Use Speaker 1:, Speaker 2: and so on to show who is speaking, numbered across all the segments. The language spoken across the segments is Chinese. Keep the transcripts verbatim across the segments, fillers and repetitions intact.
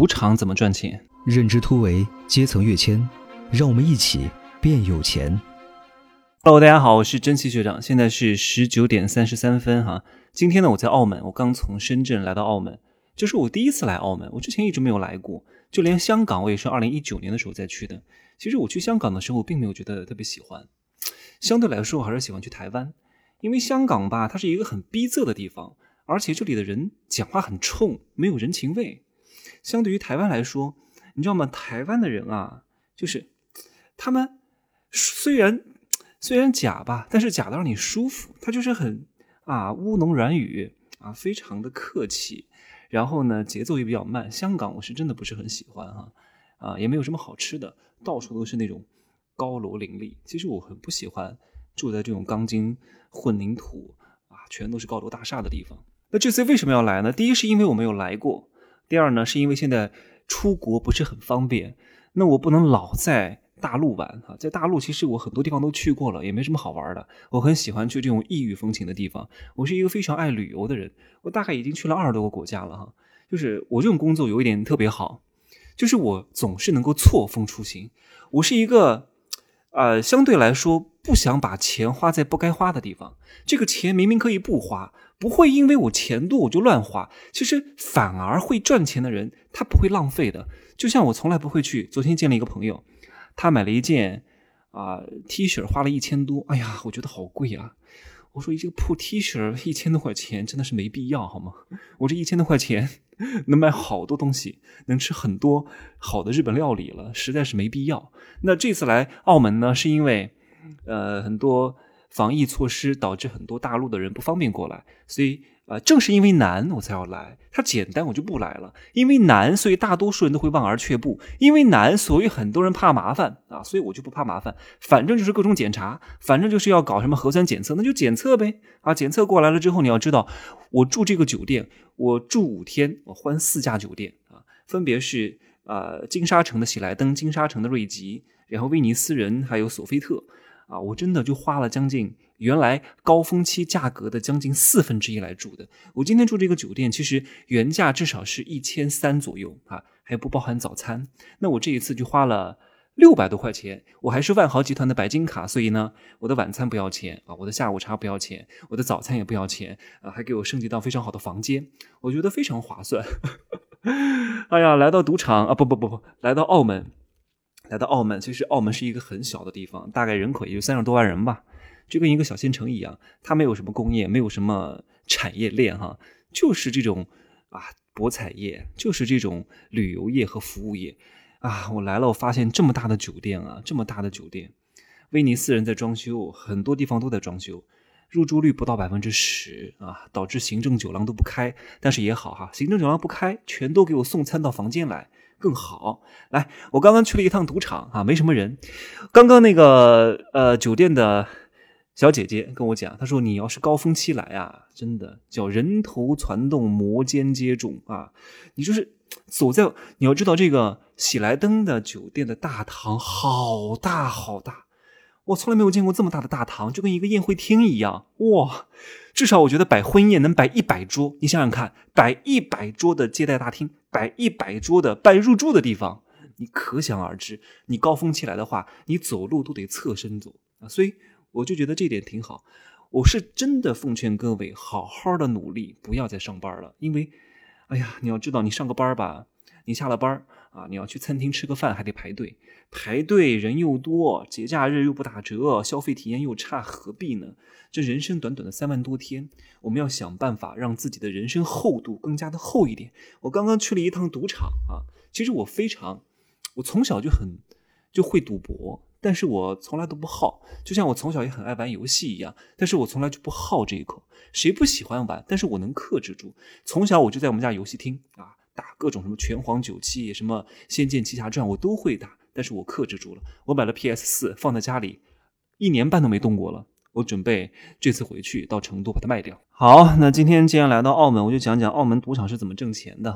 Speaker 1: 赌场怎么赚钱？
Speaker 2: 认知突围，阶层跃迁，让我们一起变有钱。
Speaker 1: Hello， 大家好，我是真奇学长，现在是十九点三十三分哈。今天呢，我在澳门，我刚从深圳来到澳门，这是我第一次来澳门，我之前一直没有来过，就连香港我也是二零一九年的时候再去的。其实我去香港的时候，我并没有觉得特别喜欢，相对来说我还是喜欢去台湾，因为香港吧，它是一个很逼仄的地方，而且这里的人讲话很冲，没有人情味。相对于台湾来说，你知道吗？台湾的人啊，就是他们虽然虽然假吧，但是假的让你舒服，他就是很啊乌侬软语啊，非常的客气，然后呢节奏也比较慢。香港我是真的不是很喜欢哈，啊也没有什么好吃的，到处都是那种高楼林立。其实我很不喜欢住在这种钢筋混凝土啊全都是高楼大厦的地方。那这次为什么要来呢？第一是因为我没有来过，第二呢是因为现在出国不是很方便，那我不能老在大陆玩哈，在大陆其实我很多地方都去过了，也没什么好玩的。我很喜欢去这种异域风情的地方，我是一个非常爱旅游的人，我大概已经去了二十多个国家了哈。就是我这种工作有一点特别好，就是我总是能够错峰出行。我是一个呃相对来说不想把钱花在不该花的地方，这个钱明明可以不花，不会因为我钱多我就乱花，其实反而会赚钱的人他不会浪费的。就像我从来不会去，昨天见了一个朋友，他买了一件啊、呃、T 恤，花了一千多，哎呀，我觉得好贵啊！我说这个破 T 恤一千多块钱真的是没必要，好吗？我这一千多块钱能买好多东西，能吃很多好的日本料理了，实在是没必要。那这次来澳门呢，是因为呃很多防疫措施导致很多大陆的人不方便过来，所以呃正是因为难我才要来，它简单我就不来了。因为难，所以大多数人都会望而却步；因为难，所以很多人怕麻烦啊，所以我就不怕麻烦。反正就是各种检查，反正就是要搞什么核酸检测，那就检测呗啊！检测过来了之后，你要知道，我住这个酒店，我住五天，我换四家酒店啊，分别是呃金沙城的喜来登、金沙城的瑞吉，然后威尼斯人还有索菲特。啊，我真的就花了将近原来高峰期价格的将近四分之一来住的。我今天住这个酒店，其实原价至少是一千三左右啊，还不包含早餐。那我这一次就花了六百多块钱，我还是万豪集团的白金卡，所以呢，我的晚餐不要钱啊，我的下午茶不要钱，我的早餐也不要钱啊，还给我升级到非常好的房间，我觉得非常划算。哎呀，来到赌场啊，不不不不，来到澳门。来到澳门，其实澳门是一个很小的地方，大概人口也就三十多万人吧，就跟一个小县城一样，它没有什么工业，没有什么产业链哈，就是这种啊博彩业，就是这种旅游业和服务业啊。我来了，我发现这么大的酒店啊，这么大的酒店，威尼斯人在装修，很多地方都在装修，入住率不到百分之十啊，导致行政酒廊都不开，但是也好哈，行政酒廊不开，全都给我送餐到房间来。更好。来，我刚刚去了一趟赌场啊，没什么人。刚刚那个呃酒店的小姐姐跟我讲，她说你要是高峰期来啊，真的叫人头攒动，摩肩接踵啊。你就是走在，你要知道这个喜来登的酒店的大堂好大好大，我从来没有见过这么大的大堂，就跟一个宴会厅一样哇。至少我觉得摆婚宴能摆一百桌，你想想看，摆一百桌的接待大厅，摆一百桌的办入住的地方，你可想而知，你高峰期来的话，你走路都得侧身走啊。所以我就觉得这点挺好。我是真的奉劝各位好好的努力，不要再上班了，因为哎呀，你要知道你上个班吧，你下了班啊，你要去餐厅吃个饭还得排队，排队人又多，节假日又不打折，消费体验又差，何必呢？这人生短短的三万多天，我们要想办法让自己的人生厚度更加的厚一点。我刚刚去了一趟赌场啊，其实我非常，我从小就很就会赌博，但是我从来都不好，就像我从小也很爱玩游戏一样，但是我从来就不好这一口。谁不喜欢玩？但是我能克制住。从小我就在我们家游戏厅啊，打各种什么拳皇九七、什么仙剑奇侠传，我都会打，但是我克制住了。我买了 P S 四 放在家里，一年半都没动过了。我准备这次回去到成都把它卖掉。好，那今天既然来到澳门，我就讲讲澳门赌场是怎么挣钱的哈。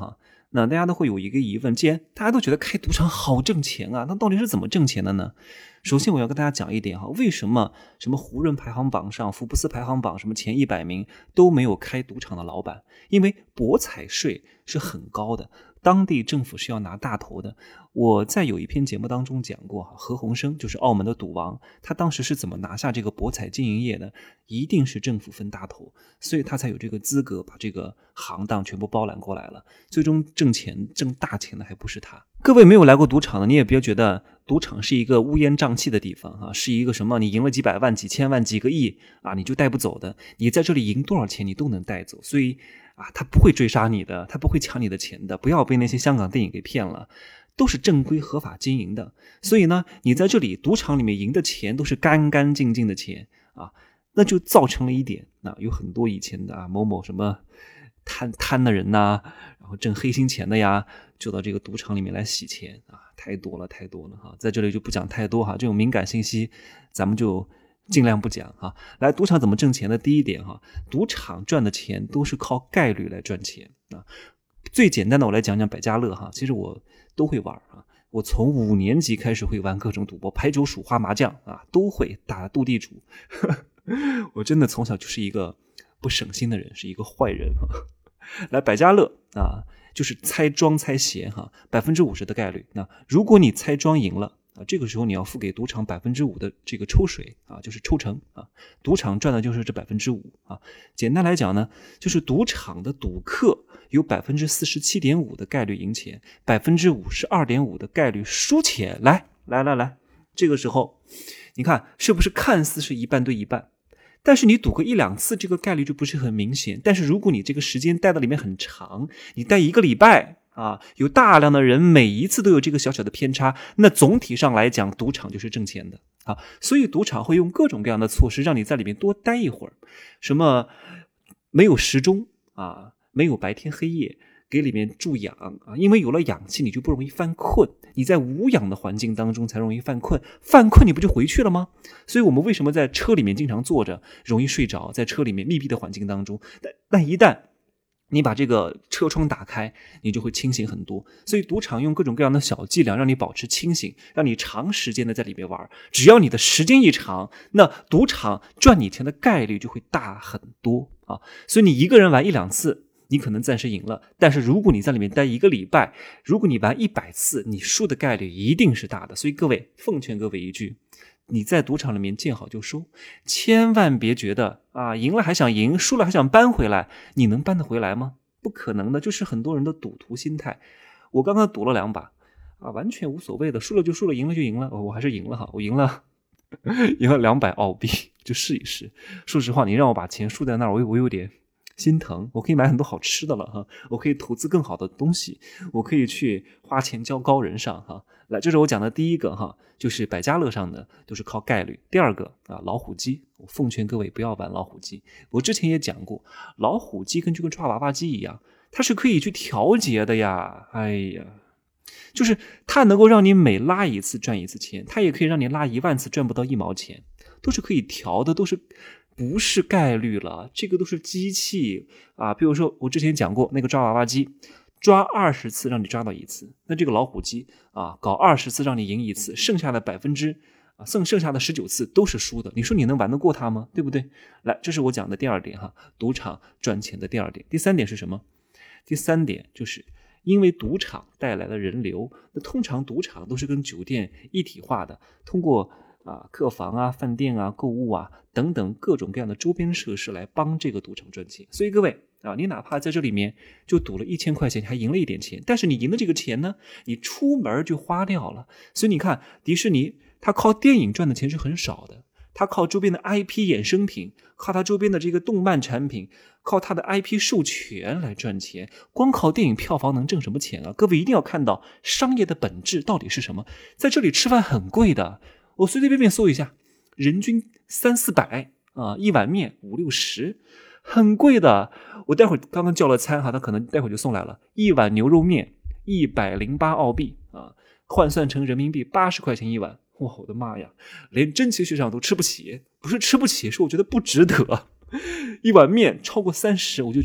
Speaker 1: 那大家都会有一个疑问，既然大家都觉得开赌场好挣钱啊，那到底是怎么挣钱的呢？首先我要跟大家讲一点哈，为什么什么胡润排行榜上、福布斯排行榜什么前一百名都没有开赌场的老板？因为博彩税是很高的，当地政府是要拿大头的。我在有一篇节目当中讲过哈，何鸿燊就是澳门的赌王，他当时是怎么拿下这个博彩经营业的？一定是政府分大头，所以他才有这个资格把这个行当全部包揽过来了。最终挣钱挣大钱的还不是他。各位没有来过赌场的，你也不要觉得赌场是一个乌烟瘴气的地方啊，是一个什么你赢了几百万、几千万、几个亿啊，你就带不走的。你在这里赢多少钱，你都能带走，所以啊，他不会追杀你的，他不会抢你的钱的。不要被那些香港电影给骗了。都是正规合法经营的，所以呢，你在这里赌场里面赢的钱都是干干净净的钱啊，那就造成了一点，那有很多以前的啊某某什么贪贪的人呐、啊，然后挣黑心钱的呀，就到这个赌场里面来洗钱啊，太多了太多了哈，在这里就不讲太多哈，这种敏感信息咱们就尽量不讲哈。来，赌场怎么挣钱的？第一点哈，赌场赚的钱都是靠概率来赚钱啊。最简单的，我来讲讲百家乐哈。其实我都会玩啊，我从五年级开始会玩各种赌博，牌九、鼠、花、麻将啊，都会打斗地主。我真的从小就是一个不省心的人，是一个坏人哈。来，百家乐啊，就是猜庄猜闲哈，百分之五十的概率。那如果你猜庄赢了啊，这个时候你要付给赌场百分之五的这个抽水啊，就是抽成啊。赌场赚的就是这百分之五啊。简单来讲呢，就是赌场的赌客有百分之四十七点五的概率赢钱，百分之五十二点五的概率输钱。来来来来，这个时候你看是不是看似是一半对一半？但是你赌个一两次，这个概率就不是很明显。但是如果你这个时间待到里面很长，你待一个礼拜啊，有大量的人每一次都有这个小小的偏差，那总体上来讲，赌场就是挣钱的啊。所以赌场会用各种各样的措施让你在里面多待一会儿，什么没有时钟啊，没有白天黑夜，给里面助氧啊，因为有了氧气你就不容易犯困，你在无氧的环境当中才容易犯困，犯困你不就回去了吗？所以我们为什么在车里面经常坐着容易睡着，在车里面密闭的环境当中，但但一旦你把这个车窗打开，你就会清醒很多。所以赌场用各种各样的小伎俩让你保持清醒，让你长时间的在里面玩，只要你的时间一长，那赌场赚你钱的概率就会大很多啊。所以你一个人玩一两次你可能暂时赢了，但是如果你在里面待一个礼拜，如果你玩一百次，你输的概率一定是大的。所以各位，奉劝各位一句，你在赌场里面见好就收，千万别觉得啊，赢了还想赢，输了还想扳回来，你能扳得回来吗？不可能的，就是很多人的赌徒心态。我刚刚赌了两把啊，完全无所谓的，输了就输了，赢了就赢了，我还是赢了哈，我赢了赢了两百澳币，就试一试。说实话，你让我把钱输在那儿，我我有点心疼。我可以买很多好吃的了哈，我可以投资更好的东西，我可以去花钱教高人上哈。来，这是我讲的第一个哈，就是百家乐上的都是靠概率。第二个啊，老虎机，我奉劝各位不要玩老虎机。我之前也讲过，老虎机跟这个抓娃娃机一样，它是可以去调节的呀。哎呀，就是它能够让你每拉一次赚一次钱，它也可以让你拉一万次赚不到一毛钱，都是可以调的，都是不是概率了，这个都是机器啊。比如说我之前讲过那个抓娃娃机，抓二十次让你抓到一次，那这个老虎机啊，搞二十次让你赢一次，剩下的百分之啊，剩剩下的十九次都是输的，你说你能玩得过它吗？对不对？来，这是我讲的第二点哈，赌场赚钱的第二点。第三点是什么？第三点就是因为赌场带来了人流，那通常赌场都是跟酒店一体化的，通过啊客房啊、饭店啊、购物啊等等各种各样的周边设施来帮这个赌场赚钱。所以各位啊，你哪怕在这里面就赌了一千块钱，还赢了一点钱，但是你赢的这个钱呢，你出门就花掉了。所以你看，迪士尼它靠电影赚的钱是很少的，它靠周边的 I P 衍生品，靠它周边的这个动漫产品，靠它的 I P 授权来赚钱。光靠电影票房能挣什么钱啊？各位一定要看到商业的本质到底是什么。在这里吃饭很贵的，我随随便便搜一下，人均三四百啊，一碗面五六十。很贵的，我待会儿刚刚叫了餐哈，他可能待会儿就送来了一碗牛肉面，一百零八澳币啊，换算成人民币八十块钱一碗。哇，我的妈呀，连真奇学长都吃不起，不是吃不起，是我觉得不值得。一碗面超过三十，我就觉得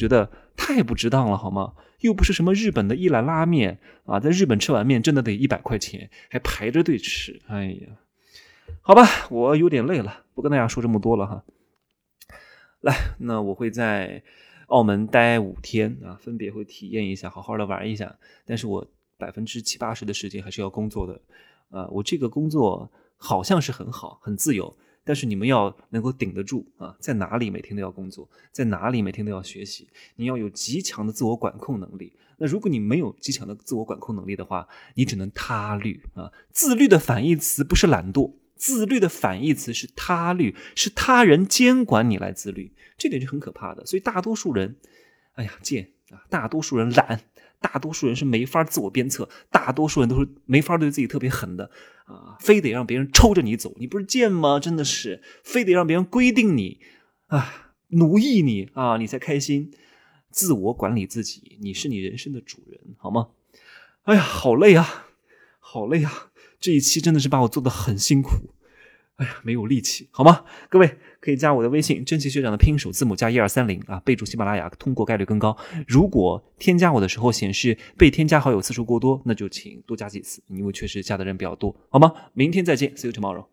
Speaker 1: 太不值当了好吗？又不是什么日本的一兰拉面啊，在日本吃碗面真的得一百块钱，还排着队吃。哎呀，好吧，我有点累了，不跟大家说这么多了哈。来，那我会在澳门待五天啊，分别会体验一下，好好的玩一下。但是我百分之七八十的时间还是要工作的，啊，我这个工作好像是很好，很自由，但是你们要能够顶得住啊，在哪里每天都要工作，在哪里每天都要学习，你要有极强的自我管控能力。那如果你没有极强的自我管控能力的话，你只能他律啊。自律的反义词不是懒惰。自律的反义词是他律，是他人监管你来自律，这点是很可怕的。所以大多数人，哎呀贱啊！大多数人懒，大多数人是没法自我鞭策，大多数人都是没法对自己特别狠的啊，非得让别人抽着你走，你不是贱吗？真的是，非得让别人规定你啊，奴役你啊，你才开心。自我管理自己，你是你人生的主人，好吗？哎呀，好累啊，好累啊！这一期真的是把我做得很辛苦，哎呀，没有力气，好吗？各位可以加我的微信，真奇学长的拼手字母加一二三零啊，备注喜马拉雅，通过概率更高。如果添加我的时候显示被添加好友次数过多，那就请多加几次，因为确实加的人比较多，好吗？明天再见 ，See you tomorrow。